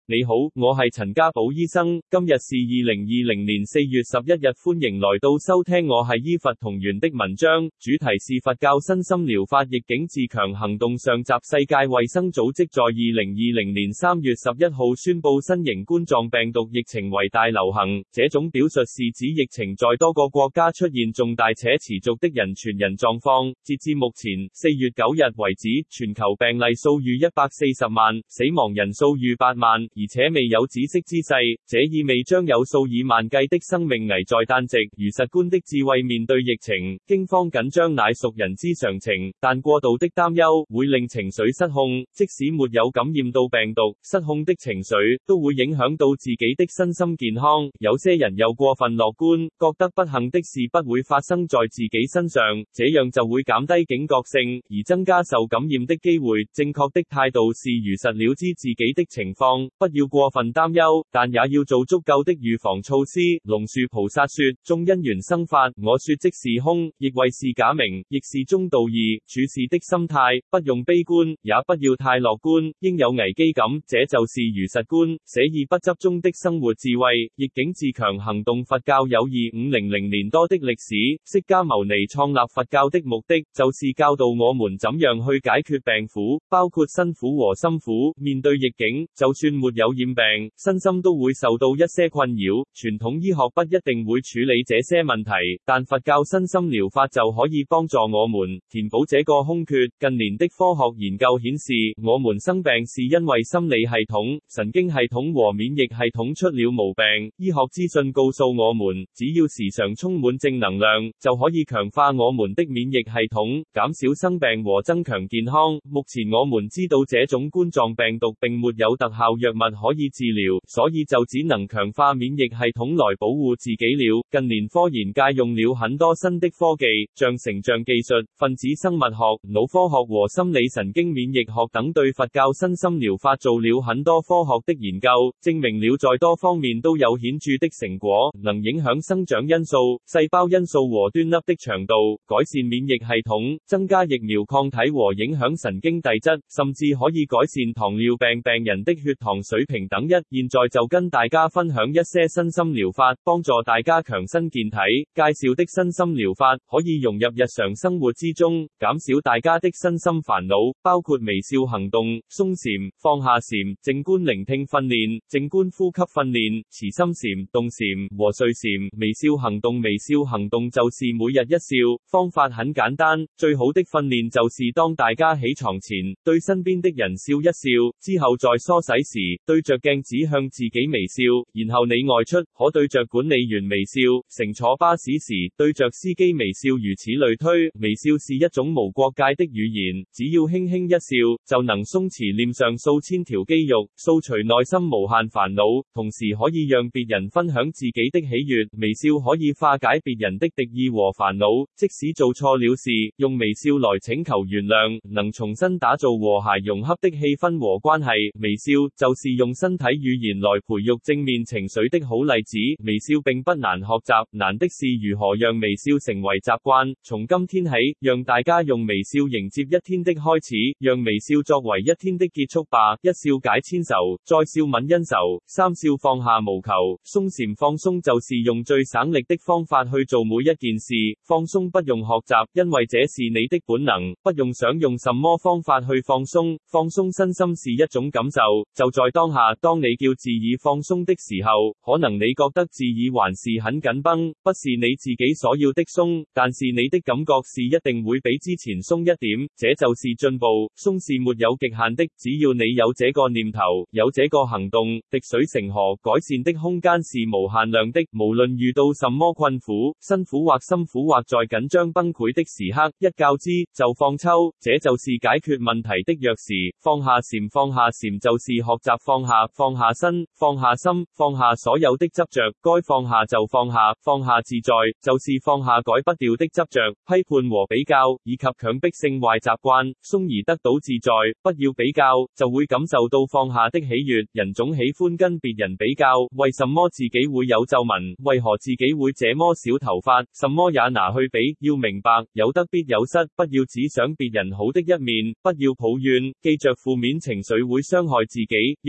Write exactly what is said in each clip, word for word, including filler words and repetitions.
你好，我係陳家寶醫生，今日是二零二零年四月十一日，歡迎來到收聽我係醫佛同源的文章，主題是佛教身心療法逆境自強行動。上集世界衛生組織在二零二零年三月十一號宣布新型冠狀病毒疫情為大流行，這種表述是指疫情在多個國家出現重大且持續的人傳人狀況。截至目前四月九日為止，全球病例數逾一百四十萬，死亡人數逾八萬，而且未有止息之勢，這意味將有數以萬計的生命危在旦夕。如實觀的智慧面對疫情，驚慌緊張乃屬人之常情，但過度的擔憂會令情緒失控，即使沒有感染到病毒，失控的情緒都會影響到自己的身心健康。有些人又過分樂觀，覺得不幸的事不會發生在自己身上，這樣就會減低警覺性，而增加受感染的機會。正確的態度是如實了知自己的情況，不要過分擔憂，但也要做足夠的預防措施。龍樹菩薩說：眾因緣生法，我說即是空，亦為是假名，亦是中道義。處事的心態不用悲觀，也不要太樂觀，應有危機感，這就是如實觀。捨意不執中的生活智慧。逆境自強行動佛教有二五零零年多的歷史，釋迦牟尼創立佛教的目的就是教導我們怎樣去解決病苦，包括身苦和心苦。面對逆境，就算沒有染病，身心都會受到一些困擾。傳統醫學不一定會處理這些問題，但佛教身心療法就可以幫助我們填補這個空缺。近年的科學研究顯示，我們生病是因為心理系統、神經系統和免疫系統出了毛病。醫學資訊告訴我們，只要時常充滿正能量，就可以強化我們的免疫系統，減少生病和增強健康。目前我們知道這種冠狀病毒並沒有特效藥物可以治療，所以就只能強化免疫系統來保護自己了。近年科研界用了很多新的科技，像成像技術、分子生物學、腦科學和心理神經免疫學等，對佛教身心療法做了很多科學的研究，證明了在多方面都有顯著的成果，能影響生長因素、細胞因素和端粒的長度，改善免疫系統，增加疫苗抗體和影響神經遞質，甚至可以改善糖尿病病人的血糖水平等一。現在就跟大家分享一些身心療法，幫助大家強身健體。介紹的身心療法可以融入日常生活之中，減少大家的身心煩惱，包括微笑行動、鬆禪、放下禪、靜觀聆聽訓練、靜觀呼吸訓練、慈心禪、動禪和睡禪。微笑行動，微笑行動就是每日一笑，方法很簡單。最好的訓練就是當大家起床前，對身邊的人笑一笑，之後在梳洗時，對着鏡子向自己微笑，然後你外出，可對着管理員微笑，乘坐巴士時，對着司機微笑，如此類推。微笑是一種無國界的語言，只要輕輕一笑，就能鬆弛臉上數千條肌肉，掃除內心無限煩惱，同時可以讓別人分享自己的喜悅。微笑可以化解別人的敵意和煩惱，即使做錯了事，用微笑來請求原諒，能重新打造和諧融洽的氣氛和關係。微笑就是用身體語言來培育正面情緒的好例子。微笑並不難學習，難的是如何讓微笑成為習慣。從今天起，讓大家用微笑迎接一天的開始，讓微笑作為一天的結束吧。一笑解千愁，再笑泯恩仇，三笑放下無求。鬆禪放鬆就是用最省力的方法去做每一件事。放鬆不用學習，因為這是你的本能，不用想用什麼方法去放鬆。放鬆身心是一種感受，就在當下。當你叫自己放鬆的時候，可能你覺得自己還是很緊繃，不是你自己所要的鬆，但是你的感覺是一定會比之前鬆一點，這就是進步。鬆是沒有極限的，只要你有這個念頭，有這個行動，滴水成河，改善的空間是無限量的。無論遇到什麼困苦、辛苦或辛苦，或在緊張崩潰的時刻，一覺知就放抽，這就是解決問題的鑰匙。放下禪，放下禪就是學習放下，放下身，放下心，放下所有的執着，該放下就放下。放下自在，就是放下改不掉的執着、批判和比較，以及強迫性壞習慣。鬆而得到自在，不要比較，就會感受到放下的喜悅。人總喜歡跟別人比較，為什麼自己會有皺紋？為何自己會這麼少頭髮？什麼也拿去比，要明白，有得必有失，不要只想別人好的一面，不要抱怨，記着負面情緒會傷害自己，要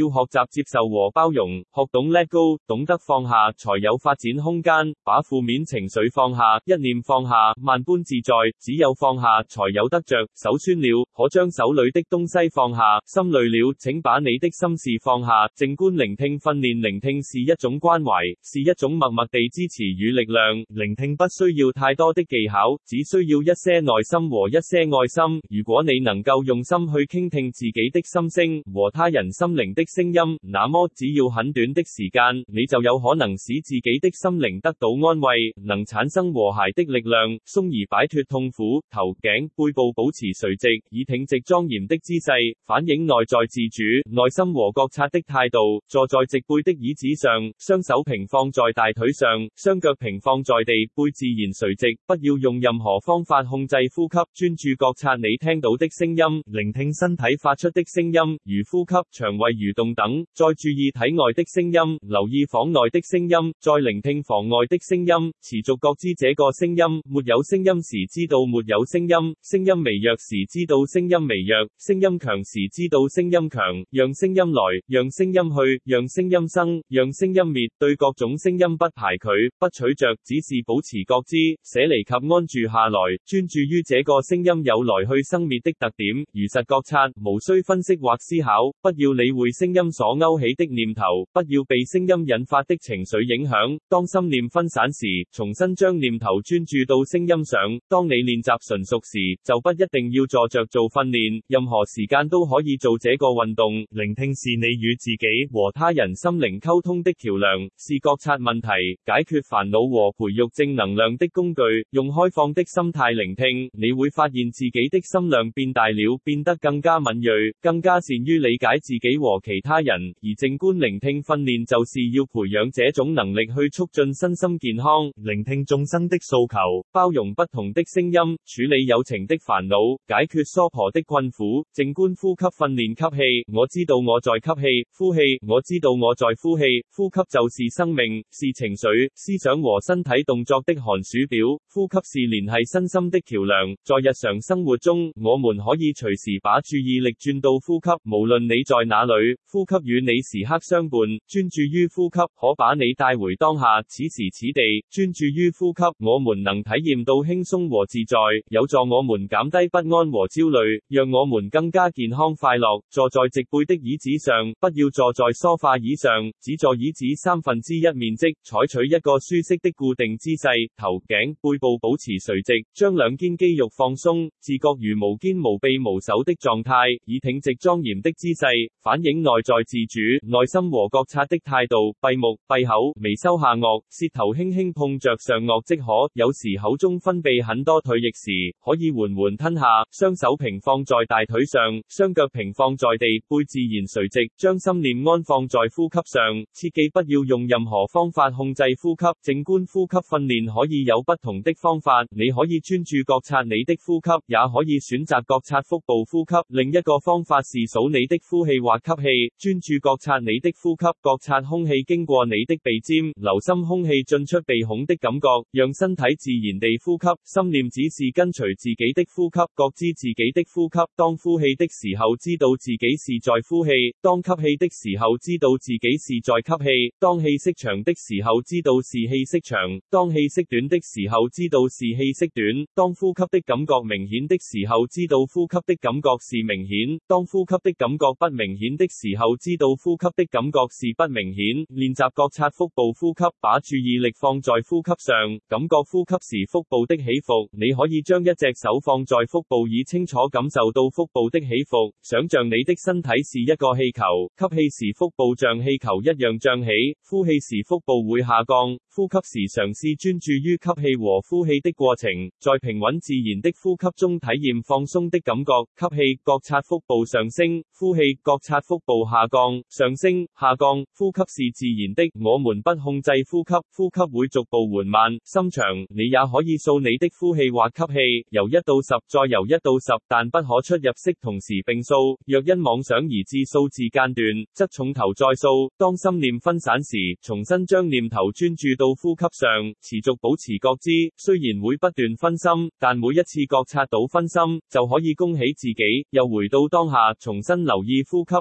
學習接受和包容，學懂 let go， 懂得放下，才有發展空間。把負面情緒放下，一念放下，萬般自在。只有放下，才有得着。手酸了，可將手裏的東西放下；心累了，請把你的心事放下。靜觀聆聽訓練，聆聽是一種關懷，是一種默默地支持與力量。聆聽不需要太多的技巧，只需要一些耐心和一些愛心。如果你能夠用心去傾聽自己的心聲和他人心靈的聲音，那麼只要很短的時間，你就有可能使自己的心靈得到安慰，能產生和諧的力量，鬆而擺脫痛苦。頭頸背部保持垂直，以挺直莊嚴的姿勢，反映內在自主、內心和覺察的態度。坐在直背的椅子上，雙手平放在大腿上，雙腳平放在地，背自然垂直。不要用任何方法控制呼吸，專注覺察你聽到的聲音，聆聽身體發出的聲音，如呼吸、腸胃蠕動等。再注意體外的聲音，留意房內的聲音，再聆聽房外的聲音，持續覺知這個聲音。沒有聲音時知道沒有聲音，聲音微弱時知道聲音微弱，聲音強時知道聲音強。讓聲音來，讓聲音去，讓聲音生，讓聲音滅。對各種聲音不排拒，不取着，只是保持覺知，捨離及安住下來，專注於這個聲音有來去生滅的特點，如實覺察，無需分析或思考。不要理會聲音所勾起的念頭，不要被聲音引發的情緒影響。當心念分散時，重新將念頭專注到聲音上。當你練習純熟時，就不一定要坐着做訓練，任何時間都可以做這個運動。聆聽是你與自己和他人心靈溝通的橋梁，是覺察問題、解決煩惱和培育正能量的工具。用開放的心態聆聽，你會發現自己的心量變大了，變得更加敏銳，更加善於理解自己和其他人。而靜觀聆聽訓練就是要培養這種能力去促進身心健康。聆聽眾生的訴求，包容不同的聲音，處理有情的煩惱，解決娑婆的困苦。靜觀呼吸訓練吸氣，我知道我在吸氣；呼氣，我知道我在呼氣。呼吸就是生命，是情緒、思想和身體動作的寒暑表。呼吸是聯繫身心的橋梁。在日常生活中，我們可以隨時把注意力轉到呼吸，無論你在哪裏，呼吸與你時刻相伴。專注於呼吸，可把你帶回當下，此時此地。專注於呼吸，我們能體驗到輕鬆和自在，有助我們減低不安和焦慮，讓我們更加健康快樂。坐在直背的椅子上，不要坐在梳化椅上，只坐椅子三分之一面積，採取一個舒適的固定姿勢，頭頸背部保持垂直，將兩肩肌肉放鬆，自覺如無肩無臂無手的狀態，以挺直莊嚴的姿勢，反映內在自主、內心和覺察的態度。閉目閉口，微收下顎，舌頭輕輕碰着上顎即可。有時口中分泌很多唾液時，可以緩緩吞下。雙手平放在大腿上，雙腳平放在地，背自然垂直，將心念安放在呼吸上。切記不要用任何方法控制呼吸。靜觀呼吸訓練可以有不同的方法，你可以專注覺察你的呼吸，也可以選擇覺察腹部呼吸。另一個方法是數你的呼氣或吸氣，專注覺察你的呼吸，覺察空氣經過你的鼻尖，留心空氣進出鼻孔的感覺，讓身體自然地呼吸。心念只是跟隨自己的呼吸，覺知自己的呼吸。當呼氣的時候，知道自己是在呼氣；當吸氣的時候，知道自己是在吸氣；當氣息長的時候，知道是氣息長；當氣息短的時候，知道是氣息短；當呼吸的感覺明顯的時候，知道呼吸的感覺是明顯；當呼吸的感覺不明顯的時候，知道呼吸的感覺是不明顯。練習覺察腹部呼吸，把注意力放在呼吸上，感覺呼吸時腹部的起伏。你可以將一隻手放在腹部，以清楚感受到腹部的起伏。想象你的身體是一個氣球，吸氣時腹部像氣球一樣脹起，呼氣時腹部會下降。呼吸時嘗試專注於吸氣和呼氣的過程，在平穩自然的呼吸中體驗放鬆的感覺。吸氣，覺察腹部上升；呼氣，覺察腹部下降。上升、下降，呼吸是自然的，我們不控制呼吸，呼吸會逐步緩慢、深長。你也可以數你的呼氣或吸氣，由一到十，再由一到十，但不可出入息同時並數。若因妄想而致數字間斷，則從頭再數。當心念分散時，重新將念頭專注到呼吸上，持續保持覺知。雖然會不斷分心，但每一次覺察到分心，就可以恭喜自己，又回到當下，重新留意呼吸。起坐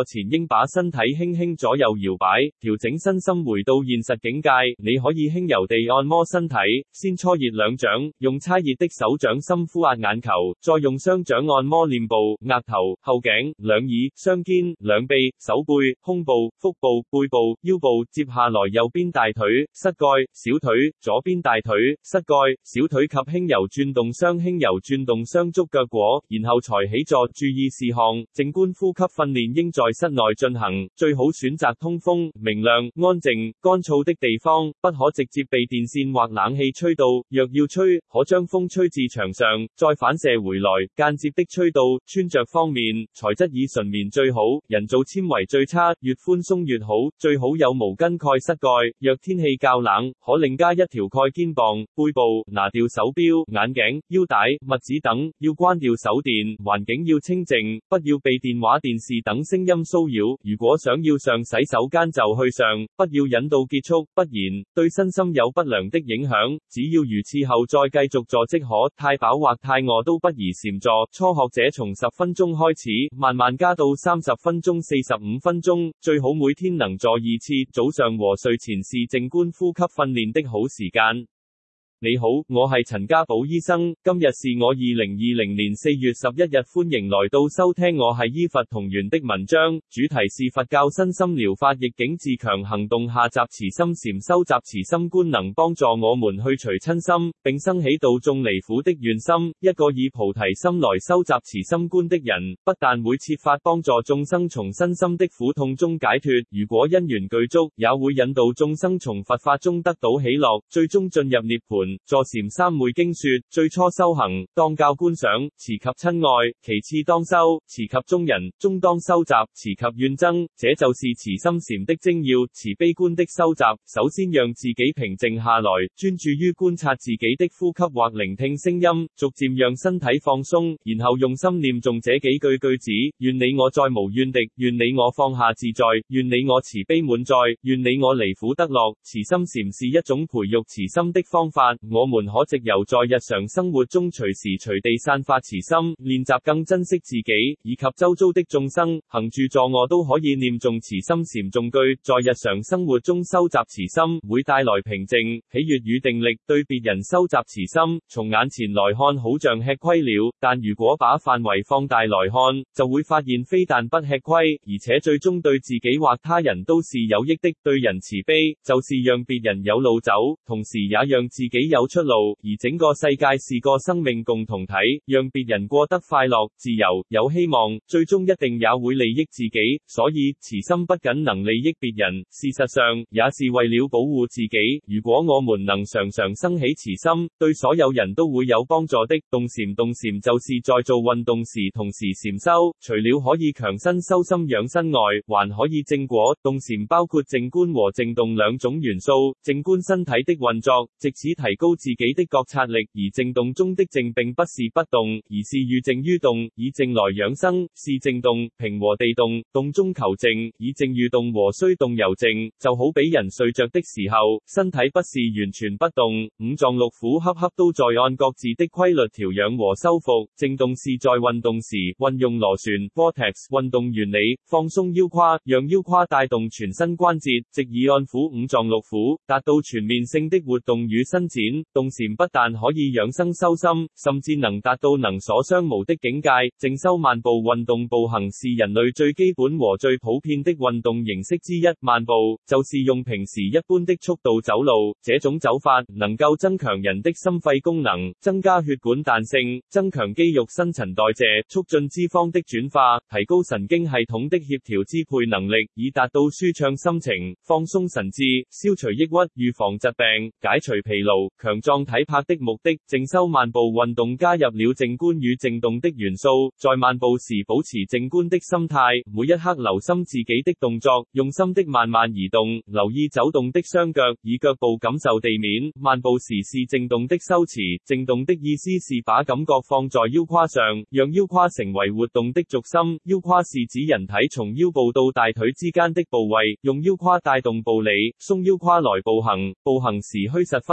前應把身體輕輕左右搖擺，調整身心回到現實境界。你可以輕柔地按摩身體，先搓熱兩掌，用搓熱的手掌心敷壓眼球，再用雙掌按摩臉部、額頭、後頸、兩耳、雙肩、兩臂、手背、胸部、腹部、背部、腰部。接下來右邊大腿、膝蓋、小腿，左邊大腿、膝蓋、小腿及輕柔轉動雙輕柔轉動雙足腳果，然後才起坐。注意事項：靜觀呼吸訓練應在室內進行，最好選擇通風、明亮、安靜、乾燥的地方，不可直接被電線或冷氣吹到。若要吹，可將風吹至牆上，再反射回來，間接的吹到。穿着方面，材質以純棉最好，人造纖維最差，越寬鬆越好，最好有毛巾蓋膝蓋。若天氣較冷，可另加一條蓋肩膀。背部拿掉手錶、眼鏡、腰帶、襪子等，要關掉手電，環境要清靜，不要被電話、電視等聲音騷擾。如果想要上洗手間就去上，不要忍到結束，不然對身心有不良的影響。只要如廁後再繼續坐即可，太飽或太餓都不宜禪坐。初學者從十分鐘開始，慢慢加到三十分鐘、四十五分鐘，最好每天能坐二次。早上和睡前是靜觀呼吸訓練的好時間。你好，我係陳家寶醫生，今日是我二零二零年四月十一日，歡迎來到收聽我係醫佛同源的文章，主題是佛教身心療法逆境自強行動下集。慈心禪修習慈心觀能幫助我們去除瞋心，並生起度眾離苦的願心。一個以菩提心來修習慈心觀的人，不但會設法幫助眾生從身心的苦痛中解脫，如果因緣具足，也會引導眾生從佛法中得到喜樂，最終進入涅槃。坐禪三昧經說，最初修行，當教觀想，慈及親愛；其次當修，慈及中人；中當修習，慈及怨憎。這就是慈心禪的精要。慈悲觀的修習，首先讓自己平靜下來，專注於觀察自己的呼吸或聆聽聲音，逐漸讓身體放鬆，然後用心念誦這幾句句子：願你我再無怨敵，願你我放下自在，願你我慈悲滿載，願你我離苦得樂。慈心禪是一種培育慈心的方法，我們可藉由在日常生活中隨時隨地散發慈心，練習更珍惜自己以及周遭的眾生。行住坐臥都可以念誦慈心禪誦句，在日常生活中收集慈心，會帶來平靜、喜悅與定力。對別人收集慈心，從眼前來看好像吃虧了，但如果把範圍放大來看，就會發現非但不吃虧，而且最終對自己或他人都是有益的。對人慈悲，就是讓別人有路走，同時也讓自己有出路，而整個世界是個生命共同體，讓別人過得快樂、自由、有希望，最終一定也會利益自己。所以慈心不僅能利益別人，事實上也是為了保護自己。如果我們能常常生起慈心，對所有人都會有幫助的。動禪動禪就是在做運動時同時禪修，除了可以強身修心養身外，還可以正果。動禪包括靜觀和靜動兩種元素，靜觀身體的運作，藉此提高自己的覺察力；而靜動中的靜並不是不動，而是寓靜於動，以靜來養生，是靜動，平和地動，動中求靜，以靜御動和須動猶靜。就好比人睡着的時候，身體不是完全不動，五臟六腑恰恰都在按各自的規律調養和修復。靜動是在運動時運用螺旋 vortex 運動原理，放鬆腰胯，讓腰胯帶動全身關節，藉以按撫五臟六腑，達到全面性的活動與伸展。動禪不但可以養生修心，甚至能達到能所相無的境界。靜修慢步運動，步行是人類最基本和最普遍的運動形式之一。慢步就是用平時一般的速度走路，這種走法能夠增強人的心肺功能，增加血管彈性，增強肌肉新陳代謝，促進脂肪的轉化，提高神經系統的協調支配能力，以達到舒暢心情、放鬆神智、消除抑鬱、預防疾病、解除疲勞、強壯體魄的目的。靜修慢步運動加入了靜觀與靜動的元素，在慢步時保持靜觀的心態，每一刻留心自己的動作，用心的慢慢移動，留意走動的雙腳，以腳步感受地面。慢步時是靜動的修辭，靜動的意思是把感覺放在腰胯上，讓腰胯成為活動的軸心。腰胯是指人體從腰部到大腿之間的部位，用腰胯帶動步履，鬆腰胯來步行。步行時虛實分明，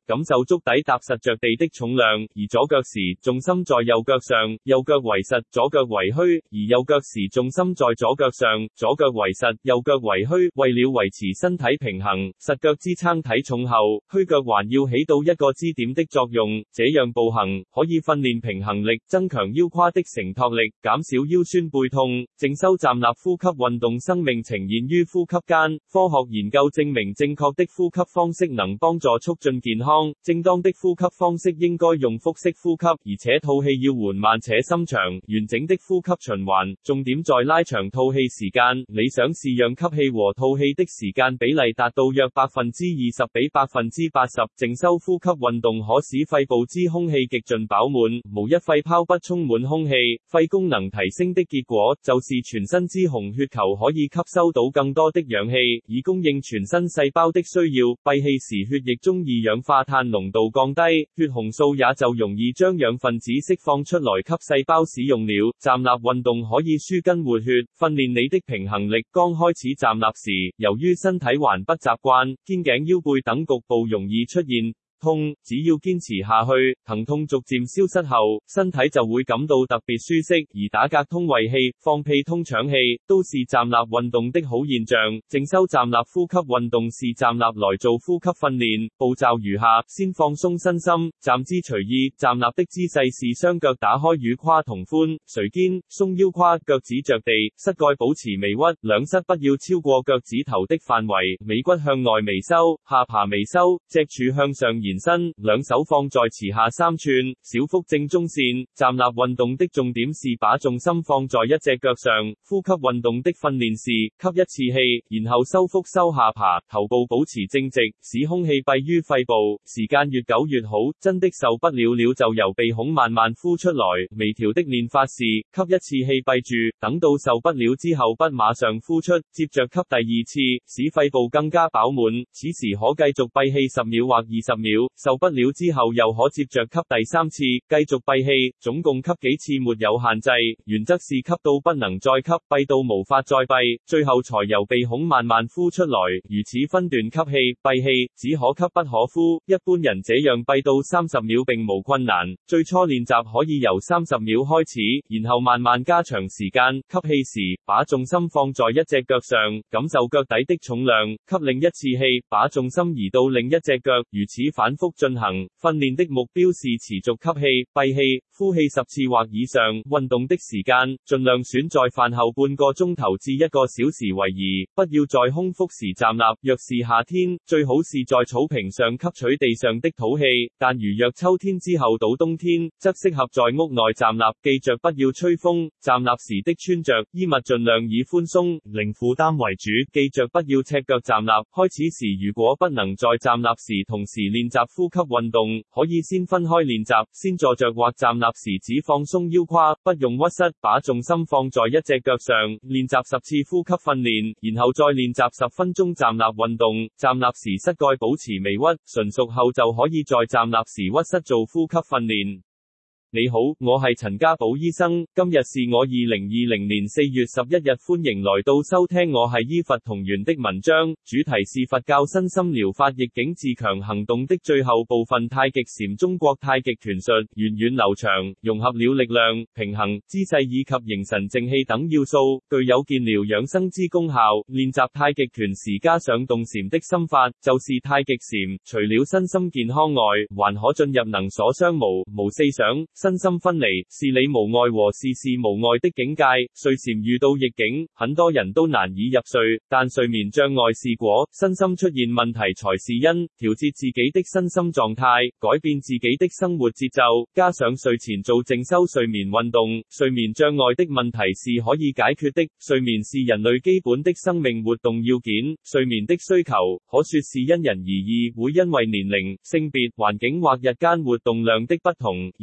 感受足底踏實着地的重量，而左腳時重心在右腳上，右腳為實，左腳為虛，而右腳時重心在左腳上，左腳為實，右腳為虛。為了維持身體平衡，實腳支撐體重後，虛腳還要起到一個支點的作用，這樣步行可以訓練平衡力，增強腰胯的承托力，減少腰酸背痛。靜修站立呼吸運動生命呈現於呼吸間，科學研究證明正確的呼吸方式能幫助促進健康。正當的呼吸方式應該用腹式呼吸，而且吐氣要緩慢且深長，完整的呼吸循環，重點在拉長吐氣時間，理想是讓吸氣和吐氣的時間比例達到約百分之二十比百分之八十。靜修呼吸運動可使肺部之空氣極盡飽滿，無一肺泡不充滿空氣。肺功能提升的結果，就是全身之紅血球可以吸收到更多的氧氣，以供應全身細胞的需要。閉氣時血液中二氧化碳濃度降低，血紅素也就容易將氧分子釋放出來給細胞使用了。站立運動可以舒筋活血，訓練你的平衡力。剛開始站立時，由於身體還不習慣，肩頸腰背等局部容易出現痛，只要堅持下去，疼痛逐漸消失後，身體就會感到特別舒適。而打嗝通胃氣、放屁通腸氣，都是站立運動的好現象。靜修站立呼吸運動是站立來做呼吸訓練，步驟如下：先放鬆身心，站姿隨意。站立的姿勢是雙腳打開與胯同寬，垂肩，鬆腰胯，腳趾着地，膝蓋保持微屈，兩膝不要超過腳趾頭的範圍，尾骨向外微收，下巴微收，脊柱向上延延伸，兩手放在臍下三寸，小腹正中線。站立運動的重點是把重心放在一隻腳上。呼吸運動的訓練是吸一次氣，然後收腹收下巴，頭部保持正直，使空氣閉於肺部。時間越久越好，真的受不了了就由鼻孔慢慢呼出來。微調的練法是吸一次氣閉住，等到受不了之後不馬上呼出，接着吸第二次，使肺部更加飽滿。此時可繼續閉氣十秒或二十秒。受不了之後又可接着吸第三次，繼續閉氣，總共吸幾次沒有限制，原則是吸到不能再吸，閉到無法再閉，最後才由鼻孔慢慢呼出來，如此分段吸氣、閉氣，只可吸不可呼。一般人這樣閉到三十秒並無困難，最初練習可以由三十秒開始，然後慢慢加長時間。吸氣時，把重心放在一隻腳上，感受腳底的重量，吸另一次氣，把重心移到另一隻腳，如此反反覆進行。訓練的目標是持續吸氣、閉氣、呼氣十次或以上。運動的時間盡量選在飯後半個鐘頭至一個小時為宜，不要在空腹時站立。若是夏天，最好是在草坪上吸取地上的土氣，但如若秋天之後到冬天，則適合在屋內站立。記着不要吹風。站立時的穿着衣物盡量以寬鬆、零負擔為主。記着不要赤腳站立。開始時如果不能在站立時同時練習呼吸運動，可以先分開練習，先坐着或站立時只放鬆腰胯，不用屈膝，把重心放在一隻腳上，練習十次呼吸訓練，然後再練習十分鐘站立運動。站立時膝蓋保持微屈，純熟後就可以在站立時屈膝做呼吸訓練。你好，我係陳家寶醫生，今日是我二零二零年四月十一日，歡迎來到收聽我係醫佛同源的文章，主題是佛教身心療法逆境自強行動的最後部分。太極禪中國太極拳術源遠流長，融合了力量、平衡、姿勢以及形神靜氣等要素，具有健療養生之功效。練習太極拳時加上動禪的心法，就是太極禪。除了身心健康外，還可進入能所相無、無四想、身心分離、事理無礙和事事無礙的境界。睡禪遇到逆境，很多人都難以入睡，但睡眠障礙是果，身心出現問題才是因。調節自己的身心狀態，改變自己的生活節奏，加上睡前做靜修睡眠運動，睡眠障礙的問題是可以解決的。睡眠是人類基本的生命活動要件，睡眠的需求可說是因人而異，會因為年齡、性別、環境或日間活動量的不同而有不同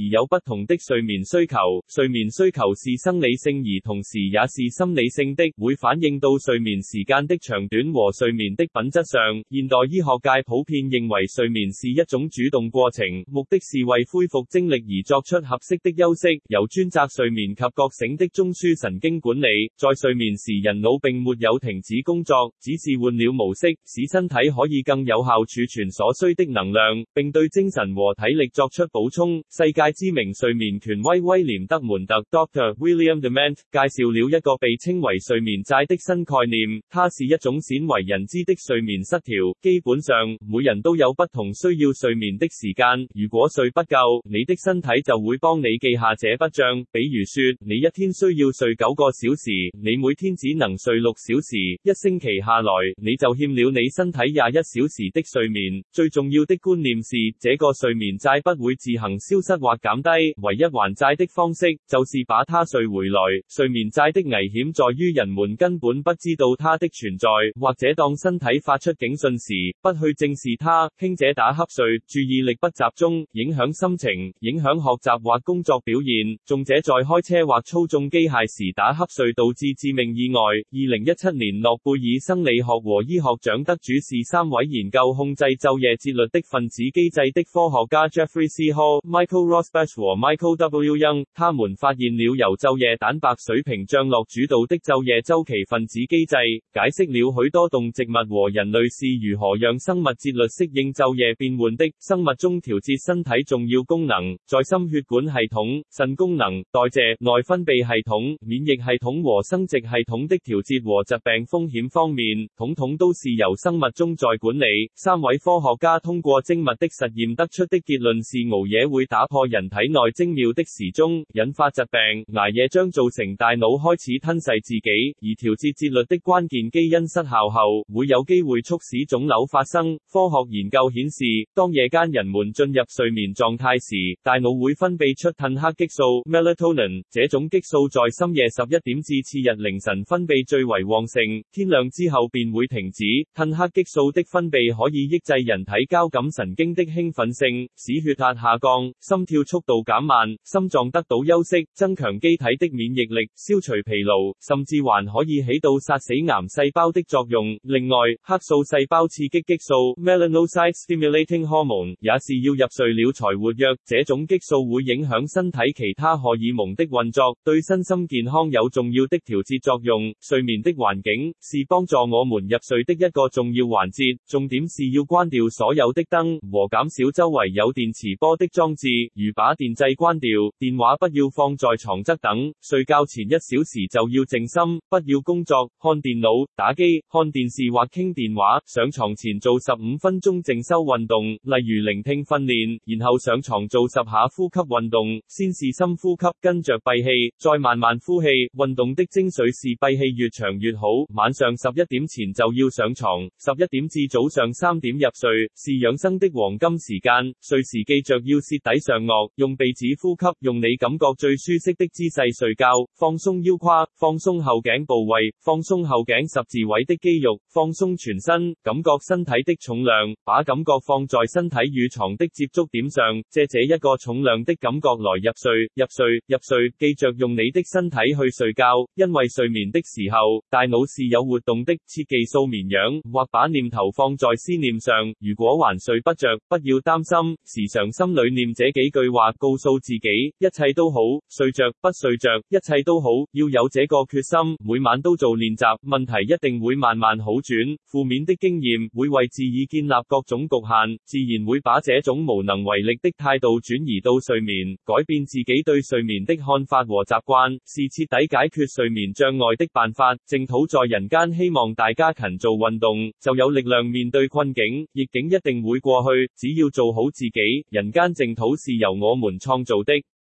同的睡眠需求。睡眠需求是生理性而同時也是心理性的，會反映到睡眠時間的長短和睡眠的品質上。現代醫學界普遍認為睡眠是一種主動過程，目的是為恢復精力而作出合適的休息。由專責睡眠及覺醒的中樞神經管理，在睡眠時人腦並沒有停止工作，只是換了模式，使身體可以更有效儲存所需的能量，並對精神和體力作出補充。世界知名睡眠權威威廉德門特 Doctor William Dement 介紹了一個被稱為睡眠債的新概念，它是一種鮮為人知的睡眠失調。基本上，每人都有不同需要睡眠的時間，如果睡不夠，你的身體就會幫你記下這筆帳。比如說，你一天需要睡九個小時，你每天只能睡六小時，一星期下來，你就欠了你身體廿一小時的睡眠。最重要的觀念是，這個睡眠債不會自行消失或減低，唯一還債的方式，就是把它睡回來。睡眠債的危險在於人們根本不知道它的存在，或者當身體發出警訊時，不去正視它，輕者打瞌睡，注意力不集中，影響心情，影響學習或工作表現，重者在開車或操縱機械時打瞌睡導致致命意外。二零一七年諾貝爾生理學和醫學獎得主是三位研究控制晝夜節律的分子機制的科學家 Jeffrey C. Hall、Michael Rosbash 和 Michael W. Young， 他們發現了由晝夜蛋白水平降落主導的晝夜週期分子機制，解釋了許多動植物和人類是如何讓生物節律適應晝夜變換的。生物鐘調節身體重要功能，在心血管系統、腎功能、代謝、內分泌系統、免疫系統和生殖系統的調節和疾病風險方面，統統都是由生物鐘在管理。三位科學家通過精密的實驗得出的結論是，熬夜會打破人體內精妙的時鐘，引發疾病。捱夜將造成大腦開始吞噬自己，而調節節律的關鍵基因失效後，會有機會促使腫瘤發生。科學研究顯示，當夜間人們進入睡眠狀態時，大腦會分泌出褪黑激素 melatonin， 這種激素在深夜十一點至次日凌晨分泌最為旺盛，天亮之後便會停止。褪黑激素的分泌可以抑制人體交感神經的興奮性，使血壓下降，心跳速度減慢，心臟得到休息，增強機體的免疫力，消除疲勞，甚至還可以起到殺死癌細胞的作用。另外，黑素細胞刺激激素 melanocyte stimulating hormone 也是要入睡了才活躍，這種激素會影響身體其他荷爾蒙的運作，對身心健康有重要的調節作用。睡眠的環境是幫助我們入睡的一個重要環節，重點是要關掉所有的燈和減少周圍有電磁波的裝置，如把電掣關掉，電話不要放在床側等。睡覺前一小時就要靜心，不要工作、看電腦、打機、看電視或傾電話。上床前做十五分鐘靜修運動，例如聆聽訓練，然後上床做十下呼吸運動，先是深呼吸，跟着閉氣，再慢慢呼氣。運動的精髓是閉氣越長越好。晚上十一點前就要上床，十一點至早上三點入睡，是養生的黃金時間。睡時記着要舌抵上顎，用鼻子呼吸，用你感覺最舒適的姿勢睡覺，放鬆腰胯，放鬆後頸部位，放鬆後頸十字位的肌肉，放鬆全身，感覺身體的重量，把感覺放在身體與床的接觸點上，借這一個重量的感覺來入睡，入睡，入睡，記着用你的身體去睡覺，因為睡眠的時候，大腦是有活動的，切忌掃綿羊，或把念頭放在思念上。如果還睡不着，不要擔心，時常心裏念這幾句話，告訴自己，一切都好，睡着，不睡着，一切都好，要有這個決心，每晚都做練習，問題一定會慢慢好轉。負面的經驗會為自己建立各種局限，自然會把這種無能為力的態度轉移到睡眠，改變自己對睡眠的看法和習慣，是徹底解決睡眠障礙的辦法。淨土在人間，希望大家勤做運動，就有力量面對困境，逆境一定會過去，只要做好自己。人間淨土是由我們創造的。